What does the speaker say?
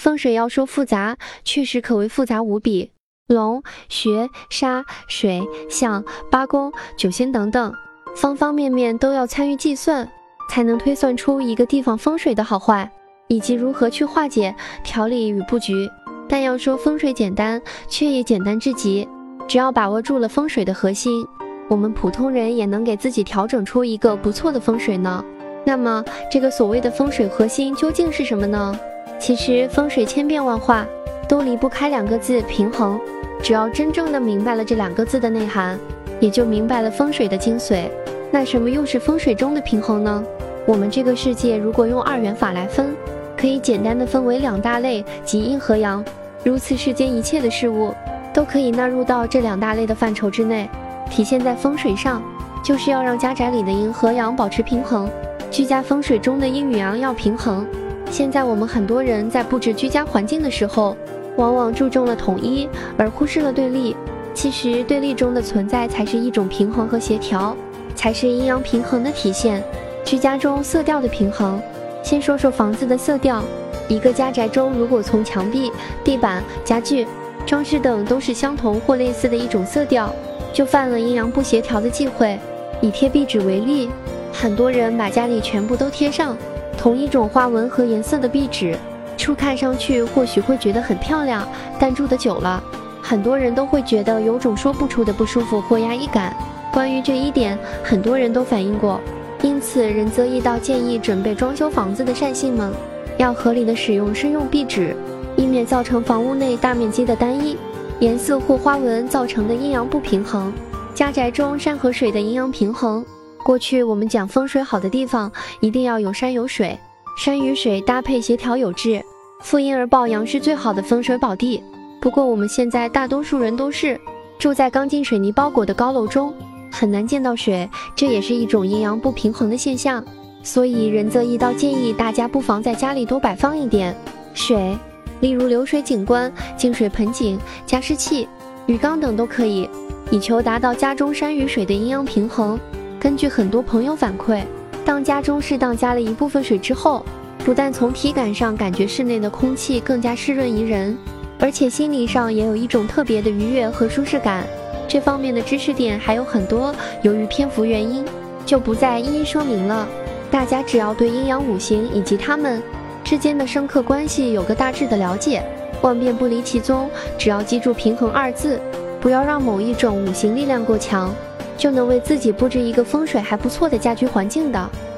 风水要说复杂，确实可谓复杂无比。龙、穴、煞、水、象、八宫、九星等等，方方面面都要参与计算，才能推算出一个地方风水的好坏，以及如何去化解、调理与布局。但要说风水简单，却也简单至极。只要把握住了风水的核心，我们普通人也能给自己调整出一个不错的风水呢。那么，这个所谓的风水核心究竟是什么呢？其实风水千变万化，都离不开两个字：平衡。只要真正的明白了这两个字的内涵，也就明白了风水的精髓。那什么又是风水中的平衡呢？我们这个世界如果用二元法来分，可以简单的分为两大类，即阴和阳。如此世间一切的事物都可以纳入到这两大类的范畴之内。体现在风水上，就是要让家宅里的阴和阳保持平衡，居家风水中的阴与阳要平衡。现在我们很多人在布置居家环境的时候，往往注重了统一，而忽视了对立。其实对立中的存在才是一种平衡和协调，才是阴阳平衡的体现。居家中色调的平衡，先说说房子的色调。一个家宅中，如果从墙壁、地板、家具、装饰等都是相同或类似的一种色调，就犯了阴阳不协调的忌讳。以贴壁纸为例，很多人把家里全部都贴上同一种花纹和颜色的壁纸，初看上去或许会觉得很漂亮，但住得久了，很多人都会觉得有种说不出的不舒服或压抑感。关于这一点，很多人都反映过。因此，仁泽易道建议准备装修房子的善信们，要合理的使用深用壁纸，以免造成房屋内大面积的单一颜色或花纹造成的阴阳不平衡。家宅中山和水的阴阳平衡，过去我们讲风水好的地方一定要有山有水，山与水搭配协调有致，负阴而抱阳是最好的风水宝地。不过我们现在大多数人都是住在钢筋水泥包裹的高楼中，很难见到水，这也是一种阴阳不平衡的现象。所以仁泽易道建议大家不妨在家里多摆放一点水，例如流水景观、净水盆景、加湿器、鱼缸等都可以，以求达到家中山与水的阴阳平衡。根据很多朋友反馈，当家中适当加了一部分水之后，不但从体感上感觉室内的空气更加湿润宜人，而且心理上也有一种特别的愉悦和舒适感。这方面的知识点还有很多，由于篇幅原因，就不再一一说明了。大家只要对阴阳五行以及它们之间的生克关系有个大致的了解，万变不离其宗，只要记住平衡二字，不要让某一种五行力量过强，就能为自己布置一个风水还不错的家居环境的。